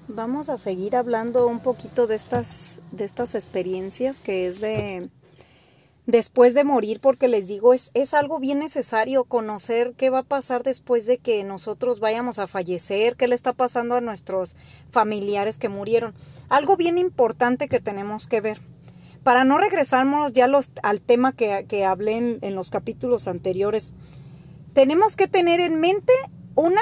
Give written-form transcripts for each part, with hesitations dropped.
Vamos a seguir hablando un poquito de estas experiencias que es de después de morir, porque les digo, es algo bien necesario conocer qué va a pasar después de que nosotros vayamos a fallecer, qué le está pasando a nuestros familiares que murieron. Algo bien importante que tenemos que ver. Para no regresarnos ya al tema que hablé en los capítulos anteriores, tenemos que tener en mente una,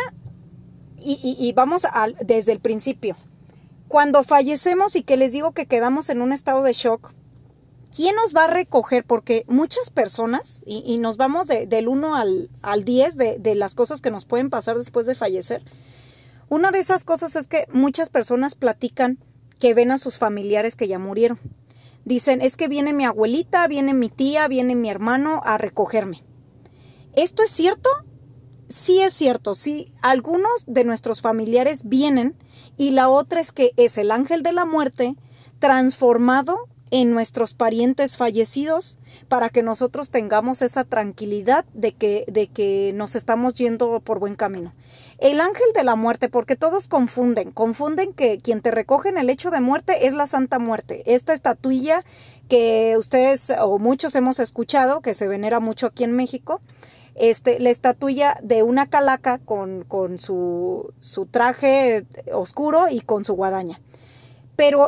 y vamos desde el principio. Cuando fallecemos y que les digo que quedamos en un estado de shock, ¿quién nos va a recoger? Porque muchas personas, y nos vamos del 1 al 10 de las cosas que nos pueden pasar después de fallecer. Una de esas cosas es que muchas personas platican que ven a sus familiares que ya murieron. Dicen, es que viene mi abuelita, viene mi tía, viene mi hermano a recogerme. ¿Esto es cierto? Sí es cierto, sí, algunos de nuestros familiares vienen, y la otra es que es el ángel de la muerte transformado en nuestros parientes fallecidos para que nosotros tengamos esa tranquilidad de que nos estamos yendo por buen camino. El ángel de la muerte, porque todos confunden que quien te recoge en el lecho de muerte es la Santa Muerte, esta estatuilla que ustedes o muchos hemos escuchado, que se venera mucho aquí en México. La estatuilla de una calaca con su traje oscuro y con su guadaña. Pero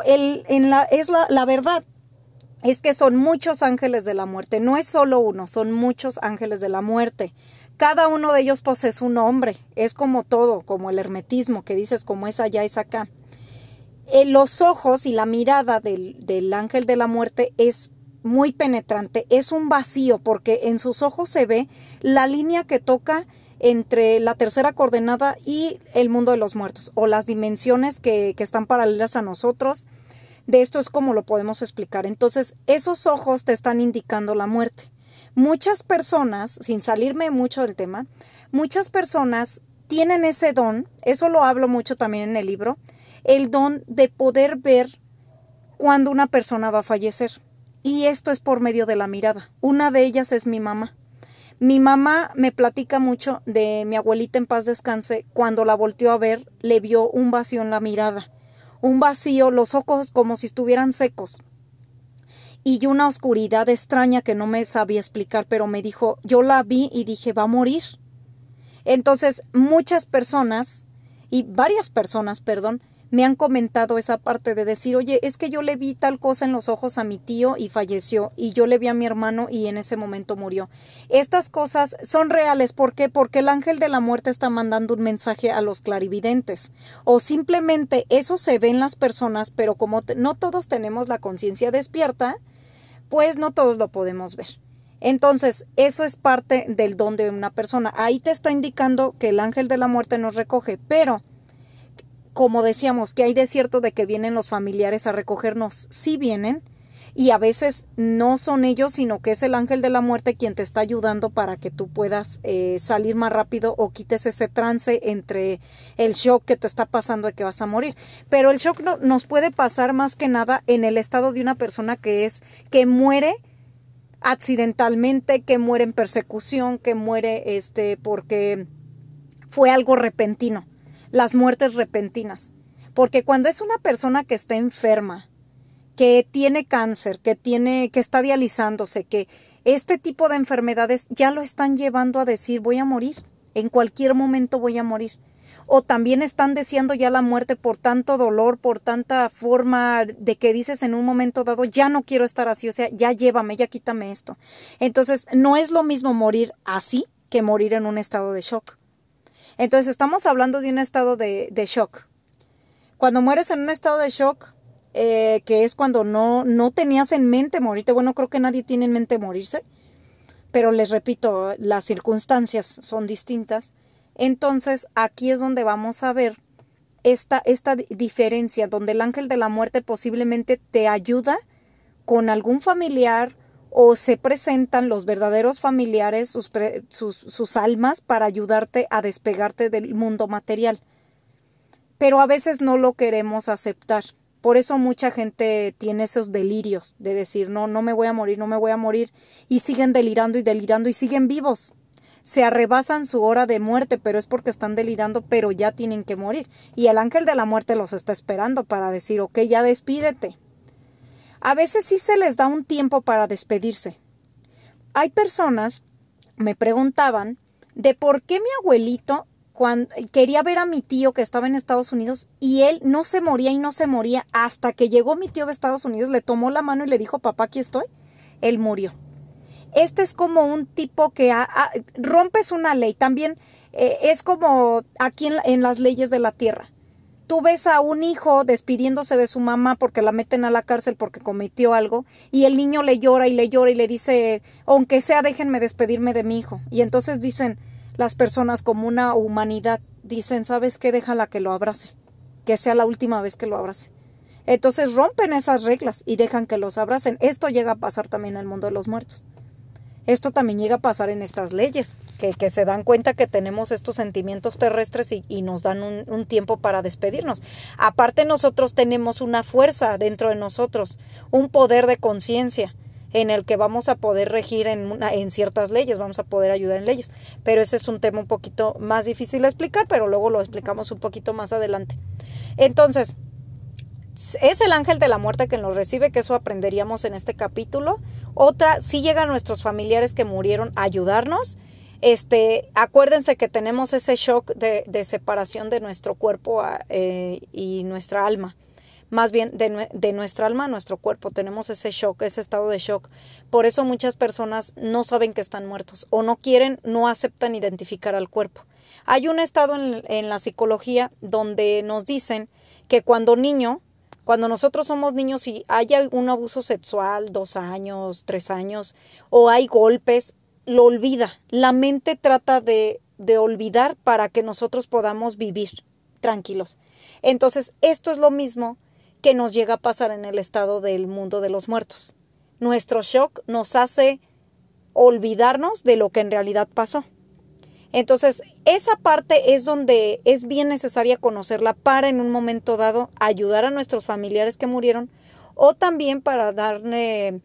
la verdad es que son muchos ángeles de la muerte, no es solo uno, son muchos ángeles de la muerte. Cada uno de ellos posee su nombre, es como todo, como el hermetismo, que dices como es allá, es acá. Los ojos y la mirada del ángel de la muerte es muy penetrante, es un vacío, porque en sus ojos se ve la línea que toca entre la tercera coordenada y el mundo de los muertos, o las dimensiones que están paralelas a nosotros. De esto es como lo podemos explicar. Entonces, esos ojos te están indicando la muerte. Muchas personas, sin salirme mucho del tema, muchas personas tienen ese don, eso lo hablo mucho también en el libro, el don de poder ver cuando una persona va a fallecer. Y esto es por medio de la mirada. Una de ellas es mi mamá. Mi mamá me platica mucho de mi abuelita en paz descanse. Cuando la volteó a ver, le vio un vacío en la mirada. Un vacío, los ojos como si estuvieran secos. Y una oscuridad extraña que no me sabía explicar, pero me dijo, yo la vi y dije, va a morir. Entonces, muchas personas, y varias personas, perdón, me han comentado esa parte de decir, oye, es que yo le vi tal cosa en los ojos a mi tío y falleció, y yo le vi a mi hermano y en ese momento murió. Estas cosas son reales, ¿por qué? Porque el ángel de la muerte está mandando un mensaje a los clarividentes, o simplemente eso se ve en las personas, pero como no todos tenemos la conciencia despierta, pues no todos lo podemos ver. Entonces, eso es parte del don de una persona. Ahí te está indicando que el ángel de la muerte nos recoge, pero como decíamos, que hay de cierto de que vienen los familiares a recogernos, sí vienen, y a veces no son ellos, sino que es el ángel de la muerte quien te está ayudando para que tú puedas salir más rápido o quites ese trance entre el shock que te está pasando de que vas a morir. Pero el shock nos puede pasar más que nada en el estado de una persona que muere accidentalmente, que muere en persecución, que muere porque fue algo repentino. Las muertes repentinas. Porque cuando es una persona que está enferma, que tiene cáncer, que está dializándose, que este tipo de enfermedades ya lo están llevando a decir voy a morir, en cualquier momento voy a morir. O también están deseando ya la muerte por tanto dolor, por tanta forma de que dices en un momento dado, ya no quiero estar así, o sea, ya llévame, ya quítame esto. Entonces, no es lo mismo morir así que morir en un estado de shock. Entonces, estamos hablando de un estado de shock. Cuando mueres en un estado de shock, que es cuando no tenías en mente morirte, bueno, creo que nadie tiene en mente morirse, pero les repito, las circunstancias son distintas. Entonces, aquí es donde vamos a ver esta diferencia, donde el ángel de la muerte posiblemente te ayuda con algún familiar, o se presentan los verdaderos familiares, sus almas, para ayudarte a despegarte del mundo material. Pero a veces no lo queremos aceptar. Por eso mucha gente tiene esos delirios de decir, no me voy a morir, no me voy a morir, y siguen delirando y delirando y siguen vivos. se arrebasan su hora de muerte, pero es porque están delirando, pero ya tienen que morir. Y el ángel de la muerte los está esperando para decir, ok, ya despídete. A veces sí se les da un tiempo para despedirse. Hay personas, me preguntaban, de por qué mi abuelito quería ver a mi tío que estaba en Estados Unidos y él no se moría y no se moría hasta que llegó mi tío de Estados Unidos, le tomó la mano y le dijo, papá, aquí estoy. Él murió. Este es como un tipo que rompes una ley. También es como aquí en las leyes de la tierra. Tú ves a un hijo despidiéndose de su mamá porque la meten a la cárcel porque cometió algo y el niño le llora y le llora y le dice, aunque sea déjenme despedirme de mi hijo. Y entonces dicen las personas como una humanidad, dicen, ¿sabes qué? Déjala que lo abrace, que sea la última vez que lo abrace. Entonces rompen esas reglas y dejan que los abracen. Esto llega a pasar también en el mundo de los muertos. Esto también llega a pasar en estas leyes, que se dan cuenta que tenemos estos sentimientos terrestres y nos dan un tiempo para despedirnos. Aparte nosotros tenemos una fuerza dentro de nosotros, un poder de conciencia en el que vamos a poder regir en ciertas leyes, vamos a poder ayudar en leyes. Pero ese es un tema un poquito más difícil de explicar, pero luego lo explicamos un poquito más adelante. Entonces, es el ángel de la muerte quien los recibe, que eso aprenderíamos en este capítulo. Otra, si llegan nuestros familiares que murieron a ayudarnos. Acuérdense que tenemos ese shock de separación de nuestro cuerpo y nuestra alma. Más bien de nuestra alma a nuestro cuerpo. Tenemos ese shock, ese estado de shock. Por eso muchas personas no saben que están muertos o no quieren, no aceptan identificar al cuerpo. Hay un estado en la psicología donde nos dicen que cuando nosotros somos niños y hay algún abuso sexual, 2 años, 3 años, o hay golpes, lo olvida. La mente trata de olvidar para que nosotros podamos vivir tranquilos. Entonces, esto es lo mismo que nos llega a pasar en el estado del mundo de los muertos. Nuestro shock nos hace olvidarnos de lo que en realidad pasó. Entonces, esa parte es donde es bien necesaria conocerla para en un momento dado ayudar a nuestros familiares que murieron o también para darle,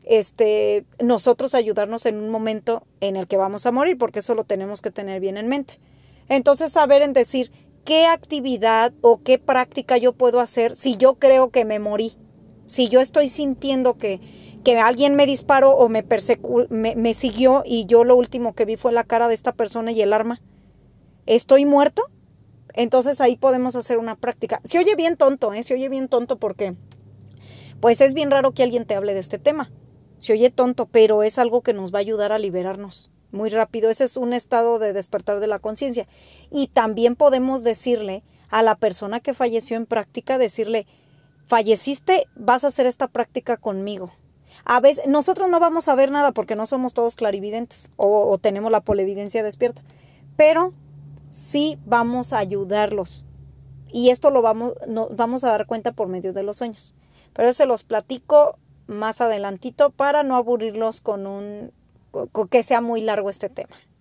nosotros ayudarnos en un momento en el que vamos a morir, porque eso lo tenemos que tener bien en mente. Entonces, saber en decir qué actividad o qué práctica yo puedo hacer si yo creo que me morí, si yo estoy sintiendo que alguien me disparó o me siguió y yo lo último que vi fue la cara de esta persona y el arma. ¿Estoy muerto? Entonces ahí podemos hacer una práctica. Se oye bien tonto, se oye bien tonto porque pues es bien raro que alguien te hable de este tema. Se oye tonto, pero es algo que nos va a ayudar a liberarnos muy rápido. Ese es un estado de despertar de la conciencia. Y también podemos decirle a la persona que falleció en práctica, decirle, falleciste, vas a hacer esta práctica conmigo. A veces nosotros no vamos a ver nada porque no somos todos clarividentes o tenemos la polividencia despierta, pero sí vamos a ayudarlos y esto nos vamos a dar cuenta por medio de los sueños. Pero se los platico más adelantito para no aburrirlos con que sea muy largo este tema.